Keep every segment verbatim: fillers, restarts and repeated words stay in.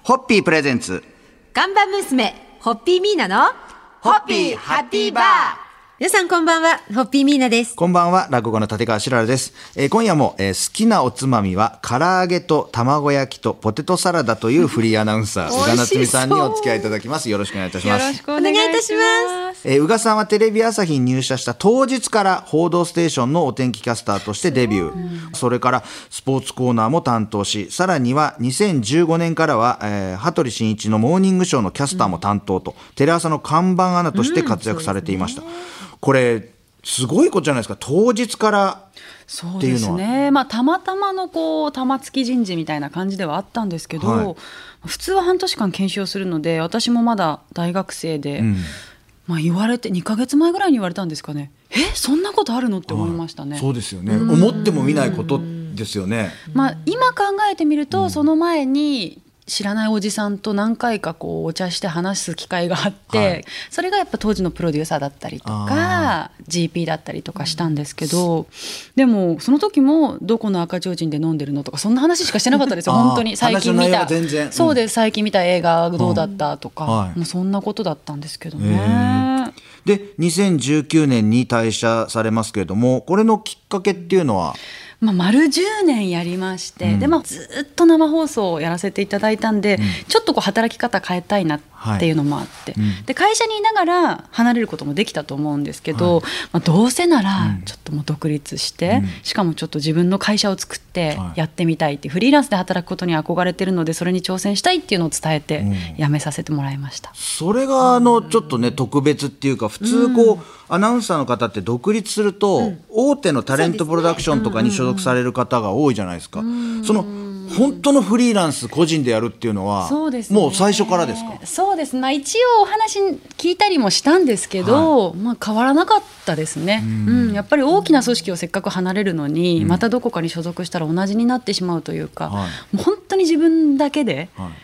ホッピープレゼンツ看板娘ホッピーミーナのホッピーハッピーバー。 皆さんこんばんは、ホッピーミーナです。 こんばんは、落語の立川しららです。えー、今夜も、えー、好きなおつまみは唐揚げと卵焼きとポテトサラダというフリーアナウンサー宇賀なつみさんにお付き合いいただきます。よろしくお願いいたします。 よろしくお願いいたします。 えー、宇賀さんはテレビ朝日に入社した当日から報道ステーションのお天気キャスターとしてデビュー。それからスポーツコーナーも担当し、さらにはにせんじゅうごねんからは、えー、羽鳥慎一のモーニングショーのキャスターも担当と、うん、テレ朝の看板アナとして活躍されていました。うん、これすごいことじゃないですか、当日からっていうのは。 そうですね、まあ、たまたまのこう玉突き人事みたいな感じではあったんですけど、はい、普通は半年間研修をするので、私もまだ大学生で、うん、まあ、言われてにかげつまえぐらいに言われたんですかね。えそんなことあるのって思いましたね。 はい、そうですよね、思っても見ないことですよね。 まあ、今考えてみると、うん、その前に知らないおじさんと何回かこうお茶して話す機会があって、はい、それがやっぱ当時のプロデューサーだったりとか ジーピー だったりとかしたんですけど、でもその時もどこの赤ちょうちんで飲んでるのとかそんな話しかしてなかったですよ。本当に最近見た、うん、そうです、最近見た映画どうだったとか、うん、はい、もうそんなことだったんですけどね。 でにせんじゅうきゅうねんに退社されますけれども、これのきっかけっていうのは？ まあ、丸じゅうねんやりまして、うん、でまあ、ずっと生放送をやらせていただいたんで、うん、ちょっとこう働き方変えたいなっていうのもあって、はい、うん、で会社にいながら離れることもできたと思うんですけど、はい、まあ、どうせならちょっともう独立して、うん、しかもちょっと自分の会社を作ってやってみたいっていう、フリーランスで働くことに憧れてるので、それに挑戦したいっていうのを伝えて辞めさせてもらいました。うん、 それがあのちょっとね特別っていうか、普通こう、うん、アナウンサーの方って独立すると、うん、大手のタレントプロダクションとかに所属される方が多いじゃないですか。うん、その本当のフリーランス個人でやるっていうのは、そうですね、もう最初からですか？ そうです、まあ、一応お話聞いたりもしたんですけど、はい、まあ、変わらなかったですね。うん、うん、やっぱり大きな組織をせっかく離れるのに、うん、またどこかに所属したら同じになってしまうというか、はい、もう本当に自分だけで、はい、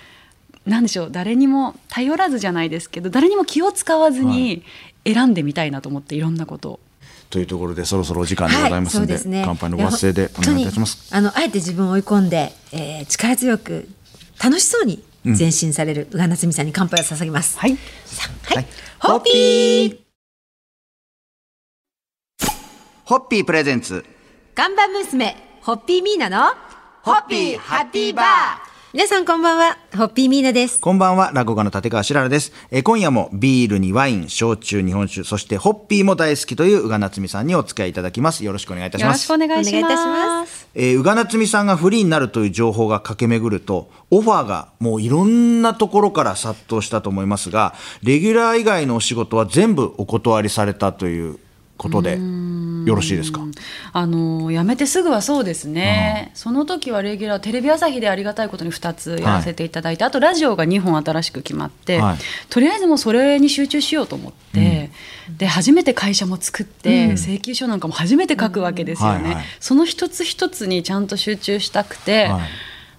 なんでしょう、誰にも頼らずじゃないですけど、誰にも気を使わずに選んでみたいなと思って、いろんなことを。 というところでそろそろお時間でございますので、はい、でね、乾杯のご発声でお願いいたします。 あのあえて自分を追い込んで、えー、力強く楽しそうに前進される宇賀なつみさんに乾杯を捧げます。 はい、 さあ、はい、ホッピーホッピープレゼンツ看板娘ホッピーミーナのホッピーハッピーバー。 皆さんこんばんは、ホッピーミーナです。 こんばんは、落語家の立川しららです。え今夜もビールにワイン、焼酎、日本酒、そしてホッピーも大好きという宇賀なつみさんにお付き合いいただきます。よろしくお願いいたします。 よろしくお願いします。 えー、宇賀なつみさんがフリーになるという情報が駆け巡ると、オファーがもういろんなところから殺到したと思いますが、レギュラー以外のお仕事は全部お断りされたということでよろしいですか？ あの辞めてすぐはそうですね、うん、その時はレギュラーテレビ朝日でありがたいことにふたつやらせていただいて、はい、あとラジオがにほん新しく決まって、はい、とりあえずもうそれに集中しようと思って、うん、で初めて会社も作って、うん、請求書なんかも初めて書くわけですよね、うん、はいはい、その一つ一つにちゃんと集中したくて、はい、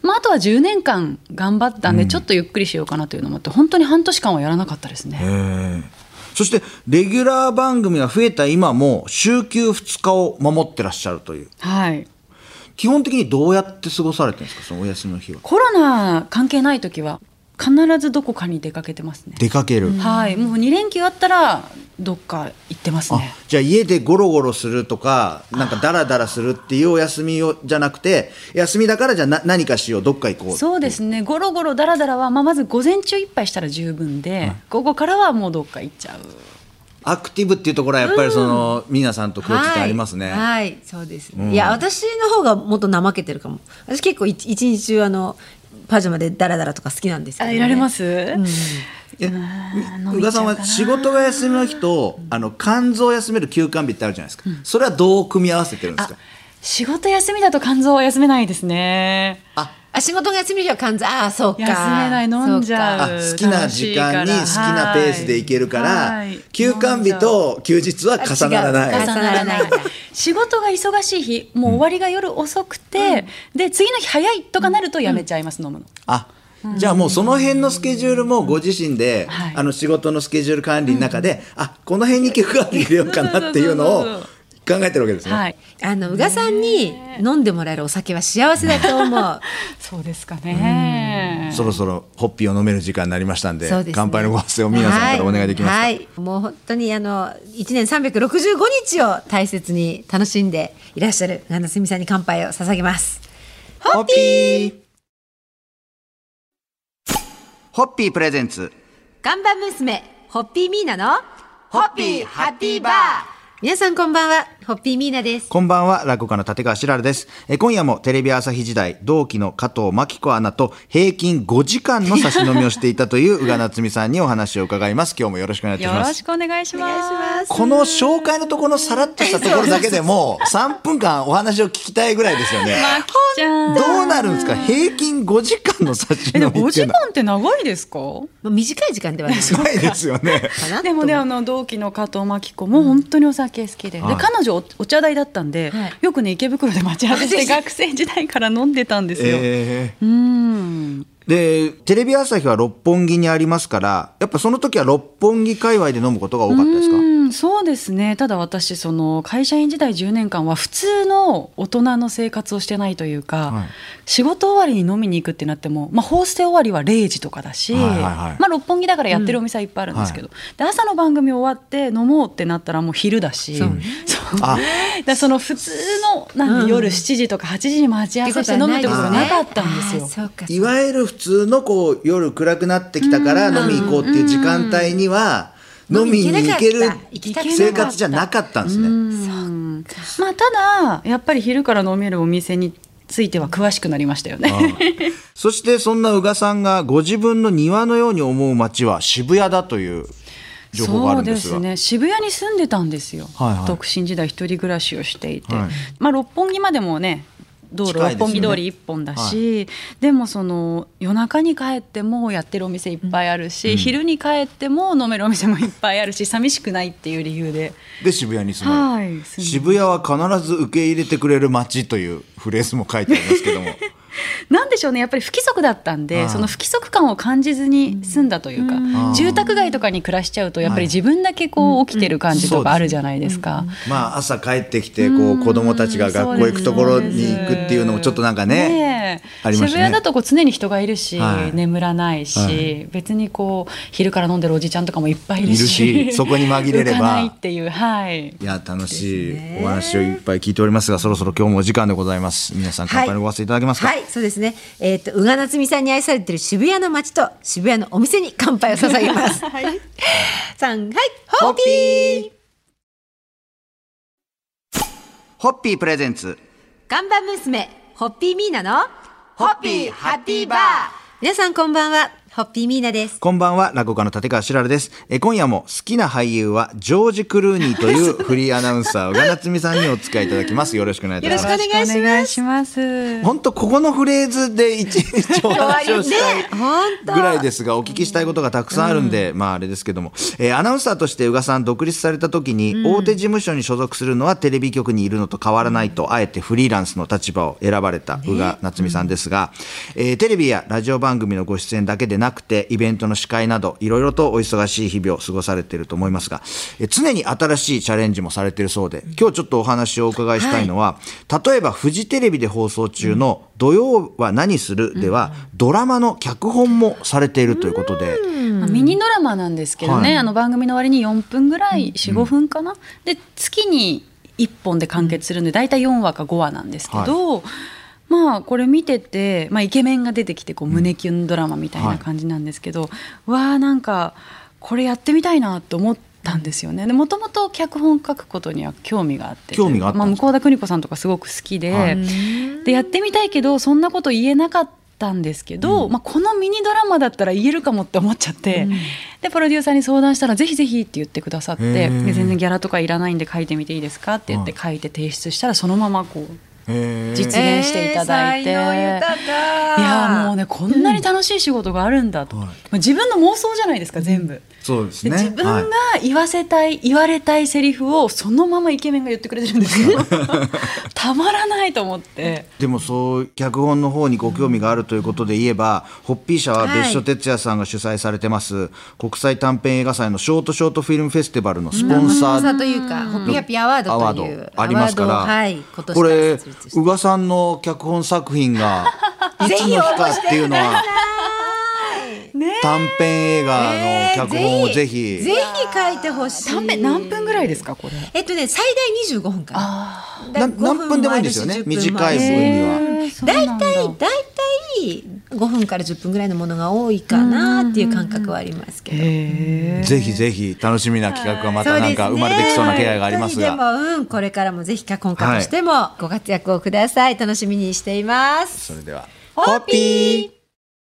まあ、あとはじゅうねんかん頑張ったんで、ちょっとゆっくりしようかなというのもあって、本当に半年間はやらなかったですね。 へー。そしてレギュラー番組が増えた今も週休ふつかを守ってらっしゃるという、 はい、 基本的にどうやって過ごされてるんですか、そのお休みの日は？ コロナ関係ない時は必ずどこかに出かけてますね。 出かける、 はい、もうに連休あったらどっか行ってますね。 あ、じゃあ家でゴロゴロするとか、なんかダラダラするっていうお休みをじゃなくて、休みだからじゃあな何かしよう、どっか行こう。 そうですね、ゴロゴロダラダラは、まあ、まず午前中いっぱいしたら十分で、はい、午後からはもうどっか行っちゃう。 アクティブっていうところはやっぱりその、うん、皆さんと共通点ありますね。 はい、はい、そうですね、うん、いや私の方がもっと怠けてるかも。私結構一日中あのパジャマでダラダラとか好きなんですけど、ね、 あ、いられます、うん、 宇賀さんは仕事が休みの日と、うん、あの肝臓を休める休肝日ってあるじゃないですか、うん、それはどう組み合わせてるんですか？ 仕事休みだと肝臓は休めないですね。 ああ、仕事が休みの日は肝臓、ああ、そうか、 休めない、飲んじゃう。 あ、好きな時間に好きなペースでいけるから、休肝日と休日は重ならない。 重ならない仕事が忙しい日、もう終わりが夜遅くて、うん、で次の日早いとかなるとやめちゃいます、うん、飲むの。 あ、じゃあもうその辺のスケジュールもご自身で、うん、はい、あの仕事のスケジュール管理の中で、うん、あ、この辺に休肝日入れようかなっていうのを考考えてるわけですね。 はい、 あの宇賀さんに飲んでもらえるお酒は幸せだと思う。 そうですかね。 そろそろホッピーを飲める時間になりましたんで、 そうですね、 乾杯のご発声を皆さんからお願いできますか。 はいはい、もう本当にあのいちねんさんびゃくろくじゅうごにちを大切に楽しんでいらっしゃる宇賀なつみさんに乾杯を捧げます。ホッピーホッピープレゼンツ看板娘ホッピーミーナのホッピーハッピーバー。 皆さんこんばんは、ホッピーミーナです。 こんばんは、落語家の立川しららです。え今夜もテレビ朝日時代同期の加藤真紀子アナと平均ごじかんの差し飲みをしていたという宇賀なつみさんにお話を伺います。今日もよろしくお願いいたします。 よろしくお願いします。 この紹介のところのさらっとしたところだけでもさんぷんかんお話を聞きたいぐらいですよね。 まきちゃん、 どうなるんですか、平均ごじかんの差し飲みっていうのは。 ごじかんって長いですか？ 短い時間ではないですないですよね。 でもね、あの同期の加藤真紀子も本当にお酒好きで、うん、で彼女 お, お茶代だったんで、はい、よくね池袋で待ち合わせして学生時代から飲んでたんですよ。えー、うんでテレビ朝日は六本木にありますから、やっぱその時は六本木界隈で飲むことが多かったですか？ うん、そうですね。ただ私その会社員時代じゅうねんかんは普通の大人の生活をしてないというか、はい、仕事終わりに飲みに行くってなっても、まあ、ホーステ終わりはれいじとかだし、はいはいはい、まあ、六本木だからやってるお店はいっぱいあるんですけど、うん、はい、で朝の番組終わって飲もうってなったらもう昼だし、そう、そうあだその普通のなんで夜しちじとかはちじに待ち合わせして飲むってことがなかったんですよ。 そうか、 いわゆる普通のこう夜暗くなってきたから飲み行こうっていう時間帯には飲みに行ける生活じゃなかったんですね。 うんまあ、ただやっぱり昼から飲めるお店については詳しくなりましたよね。 そしてそんな宇賀さんがご自分の庭のように思う街は渋谷だという情報があるんですが。 そうですね、渋谷に住んでたんですよ、はいはい、独身時代一人暮らしをしていて、はい、まあ、六本木までもね道路、六本木通り一本だし、はい、でもその夜中に帰ってもやってるお店いっぱいあるし、うん、昼に帰っても飲めるお店もいっぱいあるし、寂しくないっていう理由でで渋谷に住む、はい、渋谷は必ず受け入れてくれる街というフレーズも書いてありますけどもなんでしょうね、やっぱり不規則だったんで、その不規則感を感じずに済んだというか、うん、住宅街とかに暮らしちゃうとやっぱり自分だけこう起きてる感じとかあるじゃないですか、 うんうん、まあ、朝帰ってきてこう子供たちが学校行くところに行くっていうのもちょっとなんか ね, ねありましたね。 渋谷だとこう常に人がいるし、はい、眠らないし、はい、別にこう昼から飲んでるおじちゃんとかもいっぱいいる し, いるしそこに紛れれば浮かないっていう、はい、 いや楽しいお話をいっぱい聞いておりますが、そろそろ今日もお時間でございます。皆さん乾杯のご発声いただけますか？ はい、はい、そうですね、えー、と宇賀なつみさんに愛されている渋谷の街と渋谷のお店に乾杯を捧げます、はい、さんはいホッピーホッピープレゼンツ看板娘ホッピーミーナのホッピーハッピーバー。皆さんこんばんは、ホッピーミーナです。 こんばんは、落語家の立川しららです。え今夜も好きな俳優はジョージ・クルーニーというフリーアナウンサー宇賀なつみさんにお付き合いいただきます。よろしくお願いいたします。 よろしくお願いします。 本当ここのフレーズで一日お話をしたいぐらいですが、お聞きしたいことがたくさんあるんで、うん、まああれですけども、えー、アナウンサーとして宇賀さん独立された時に、うん、大手事務所に所属するのはテレビ局にいるのと変わらないと、あえてフリーランスの立場を選ばれた宇賀なつみさんですが、うん、えー、テレビやラジオ番組のご出演だけでなくてイベントの司会などいろいろとお忙しい日々を過ごされていると思いますが、え常に新しいチャレンジもされているそうで、今日ちょっとお話をお伺いしたいのは、はい、例えばフジテレビで放送中の土曜は何するでは、うん、ドラマの脚本もされているということで、 まあ、ミニドラマなんですけどね、はい、あの番組の割によんぷんぐらい よん,ご 分かな、うん、で月にいっぽんで完結するんでだいたいよんわかごわなんですけど、はい、まあこれ見てて、まあ、イケメンが出てきてこう胸キュンドラマみたいな感じなんですけど、はい、わーなんかこれやってみたいなと思ったんですよね。もともと脚本書くことには興味があって興味があったんですか？ まあ、向田邦子さんとかすごく好きで、はい、でやってみたいけどそんなこと言えなかったんですけど、うん、まあ、このミニドラマだったら言えるかもって思っちゃって、うん、でプロデューサーに相談したらぜひぜひって言ってくださって、で全然ギャラとかいらないんで書いてみていいですかって言って書いて提出したらそのままこうへー実現していただいて、 えー才能豊か。 いやもうねこんなに楽しい仕事があるんだと、 はいまあ自分の妄想じゃないですか全部、 そうですね。 で自分がはい言わせたい、言われたいセリフをそのままイケメンが言ってくれてるんですよたまらないと思って。 でもそう脚本の方にご興味があるということで言えば、ホッピー社は別所哲也さんが主催されてます、国際短編映画祭のショートショートフィルムフェスティバルのスポンサーというかホッピーハッピーアワードアワーというドありますから、 アワードをはい、今年こかられ設立して宇賀さんの脚本作品がいつの日かっていうのは短編映画の脚本をぜひ、 ぜひ書いてほしい。 短編何分ぐらいですかこれ。 えっとね最大にじゅうごふんかな。だな何分でもいいんですよね、短い分には。 だいたいだいたいごふんからじゅっぷんぐらいのものが多いかなっていう感覚はありますけど。 ぜひぜひ楽しみな企画がまたなんか生まれてきそうな気配がありますが、 本当にでも、うん、これからもぜひ脚本家としてもご活躍をください。楽しみにしています。 それではホッピー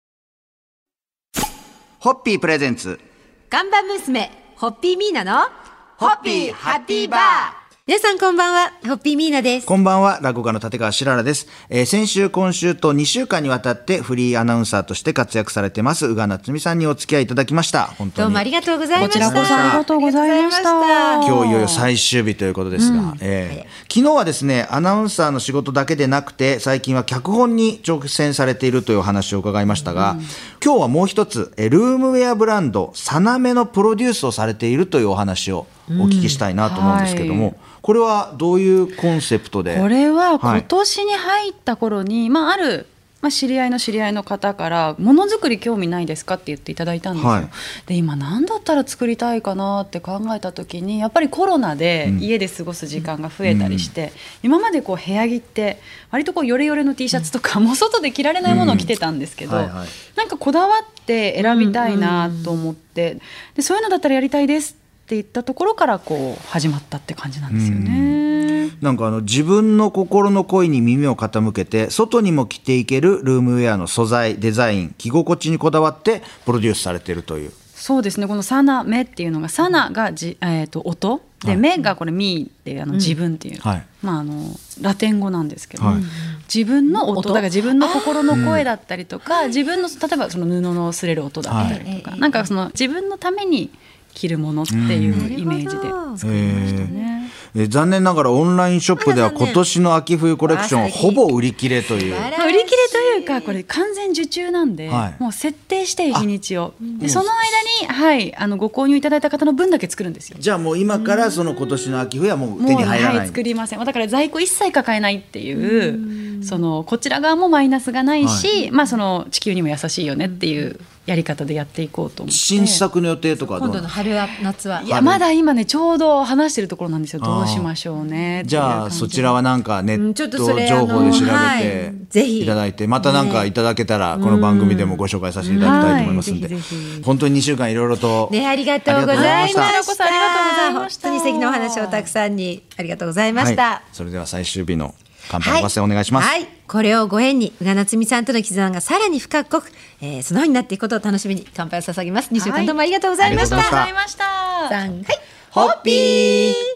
ホッピープレゼンツ看板娘ホッピーミーナのホッピーハッピーバー。 皆さんこんばんは、ホッピーミーナです。 こんばんは、落語家の立川しららです、えー、先週今週とにしゅうかんにわたってフリーアナウンサーとして活躍されてます宇賀なつみさんにお付き合いいただきました。本当にどうもありがとうございました。 こちらこそありがとうございました。 今日いよいよ最終日ということですが、うんえー、昨日はですねアナウンサーの仕事だけでなくて最近は脚本に挑戦されているというお話を伺いましたが、うん、今日はもう一つえルームウェアブランドサナメのプロデュースをされているというお話をお聞きしたいなと思うんですけども、うんはい、これはどういうコンセプトで。 これは今年に入った頃に、はいまあ、ある、まあ、知り合いの知り合いの方からものづくり興味ないですかって言っていただいたんですよ、はい、で今何だったら作りたいかなって考えた時にやっぱりコロナで家で過ごす時間が増えたりして、うん、今までこう部屋着って割とこうヨレヨレの T シャツとか、うん、もう外で着られないものを着てたんですけど、うんはいはい、なんかこだわって選びたいなと思って、でそういうのだったらやりたいですって言ったところからこう始まったって感じなんですよね。 なんかあの自分の心の声に耳を傾けて外にも着ていけるルームウェアの素材デザイン着心地にこだわってプロデュースされているという。 そうですね、このサナメっていうのがサナがじ、えー、と音で、はい、メがこれミーっていうあの自分っていう、うんはいまあ、あのラテン語なんですけど、はい、自分の 音, 音だから自分の心の声だったりとか、自分の例えばその布の擦れる音だったりとか、はい、なんかその自分のために着るものっていうイメージで作りましたね。 えー、残念ながらオンラインショップでは今年の秋冬コレクションほぼ売り切れという。 売り切れというかこれ完全受注なんで、はい、もう設定して日にちをでその間に、はい、あのご購入いただいた方の分だけ作るんですよ。 じゃあもう今からその今年の秋冬はもう手に入らない。 もう、はい、作りません。だから在庫一切抱えないっていうそのこちら側もマイナスがないし、はいまあ、その地球にも優しいよねっていうやり方でやっていこうと思って。 新作の予定とかはどう今度の春夏は。 いやまだ今ねちょうど話してるところなんですよ。どうしましょうね。 じゃあそちらはなんかネット情報で調べていただいて、またなんかいただけたらこの番組でもご紹介させていただきたいと思いますので、本当ににしゅうかんいろいろとねありがとうございました。 ありがとうございました。 本当に素敵なお話をたくさんにありがとうございました、はい、 それでは最終日の乾杯のご発声お願いします。 はい、はい、これをご縁に宇賀なつみさんとの絆がさらに深く、えー、そのようになっていくことを楽しみに乾杯を捧げます。にしゅうかんどうもありがとうございました。 ありがとうございました。 さんはいホッピー。